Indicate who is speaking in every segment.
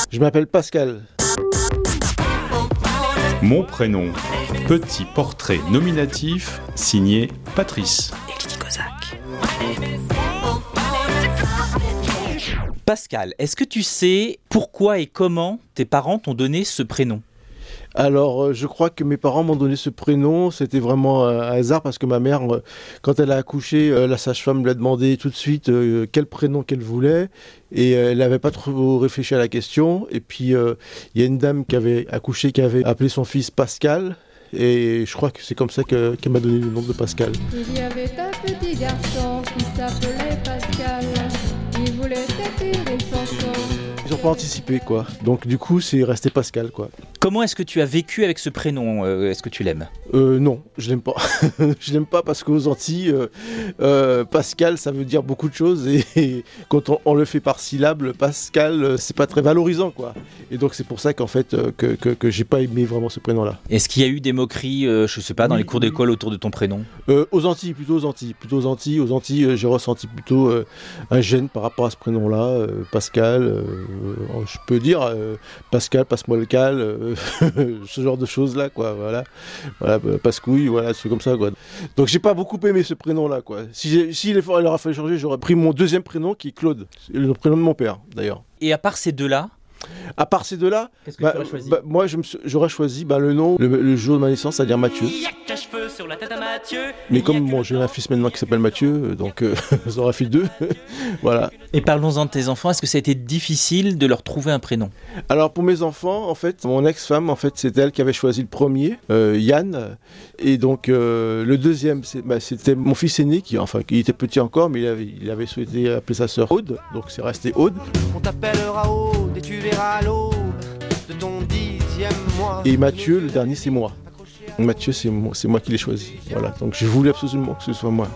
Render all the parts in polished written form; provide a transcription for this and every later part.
Speaker 1: Je m'appelle Pascal.
Speaker 2: Mon prénom, petit portrait nominatif signé Patrice.
Speaker 3: Pascal, est-ce que tu sais pourquoi et comment tes parents t'ont donné ce prénom ?
Speaker 1: Alors, je crois que mes parents m'ont donné ce prénom. C'était vraiment un hasard parce que ma mère, quand elle a accouché, la sage-femme lui a demandé tout de suite quel prénom qu'elle voulait. Et elle n'avait pas trop réfléchi à la question. Et puis, il y a une dame qui avait accouché, qui avait appelé son fils Pascal. Et je crois que c'est comme ça qu'elle m'a donné le nom de Pascal.
Speaker 4: Il y avait un petit garçon qui s'appelait Pascal. Il voulait écrire une chanson.
Speaker 1: Ils n'ont pas anticipé, quoi. Donc, du coup, c'est resté Pascal, quoi.
Speaker 3: Comment est-ce que tu as vécu avec ce prénom ? Est-ce que tu l'aimes ?
Speaker 1: Non, je l'aime pas. Je l'aime pas parce qu'aux Antilles, Pascal, ça veut dire beaucoup de choses et quand on le fait par syllabe, Pascal, c'est pas très valorisant, quoi. Et donc c'est pour ça qu'en fait que j'ai pas aimé vraiment ce prénom-là.
Speaker 3: Est-ce qu'il y a eu des moqueries, je sais pas, dans les cours d'école autour de ton prénom ?
Speaker 1: Aux Antilles, plutôt aux Antilles. Aux Antilles, j'ai ressenti plutôt un gêne par rapport à ce prénom-là, Pascal. Je peux dire Pascal, passe-moi le cal, ce genre de choses-là, quoi. Voilà, Pascouille, voilà, c'est comme ça, quoi. Donc j'ai pas beaucoup aimé ce prénom-là, quoi. Si l'effort il aurait fallu changer, j'aurais pris mon deuxième prénom qui est Claude, le prénom de mon père, d'ailleurs.
Speaker 3: Et à part ces deux-là ?
Speaker 1: À part ces deux-là,
Speaker 3: qu'est-ce que tu aurais choisi ?
Speaker 1: Moi j'aurais choisi le nom, le jour de ma naissance, c'est-à-dire Mathieu. Mais comme j'ai un fils maintenant qui s'appelle Mathieu, donc ça aura fait deux. Voilà.
Speaker 3: Et parlons-en de tes enfants, est-ce que ça a été difficile de leur trouver un prénom ?
Speaker 1: Alors pour mes enfants, en fait, mon ex-femme, en fait, c'est elle qui avait choisi le premier, Yann. Et donc le deuxième, c'était mon fils aîné, qui était petit encore, mais il avait souhaité appeler sa sœur Aude, donc c'est resté Aude.
Speaker 5: On t'appellera Aude et tu verras l'aube de ton 10e mois.
Speaker 1: Et Mathieu, le dernier, c'est moi. Mathieu, c'est moi qui l'ai choisi. Voilà, donc j'ai voulu absolument que ce soit moi.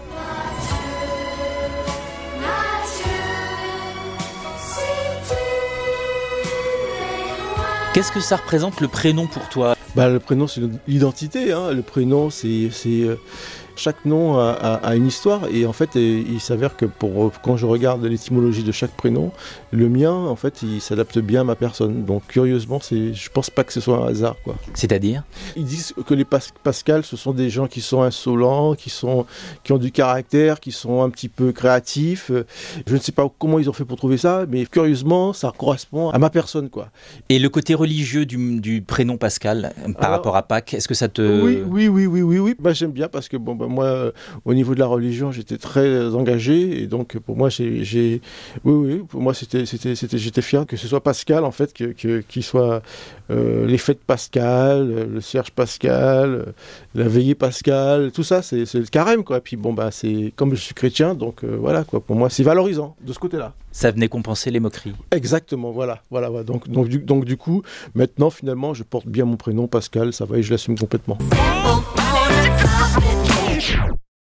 Speaker 3: Qu'est-ce que ça représente le prénom pour toi ?
Speaker 1: Le prénom, c'est l'identité. Hein. Le prénom, c'est chaque nom a une histoire. Et en fait, il s'avère que quand je regarde l'étymologie de chaque prénom, le mien, en fait, il s'adapte bien à ma personne. Donc, curieusement, je pense pas que ce soit un hasard, quoi.
Speaker 3: C'est-à-dire ?
Speaker 1: Ils disent que les Pascal, ce sont des gens qui sont insolents, qui ont du caractère, qui sont un petit peu créatifs. Je ne sais pas comment ils ont fait pour trouver ça, mais curieusement, ça correspond à ma personne, quoi.
Speaker 3: Et le côté religieux du prénom Pascal, par rapport à Pâques, est-ce que ça te...
Speaker 1: Oui. J'aime bien parce que moi, au niveau de la religion, j'étais très engagé et donc pour moi, pour moi, j'étais fier que ce soit Pascal, en fait, qu'il soit les fêtes Pascal, le cierge Pascal, la veillée Pascal, tout ça, c'est le carême, quoi. Et puis c'est comme je suis chrétien, donc voilà, quoi. Pour moi, c'est valorisant de ce côté-là.
Speaker 3: Ça venait compenser les moqueries.
Speaker 1: Exactement, voilà. Donc du coup, maintenant, finalement, je porte bien mon prénom Pascal, ça va, et je l'assume complètement.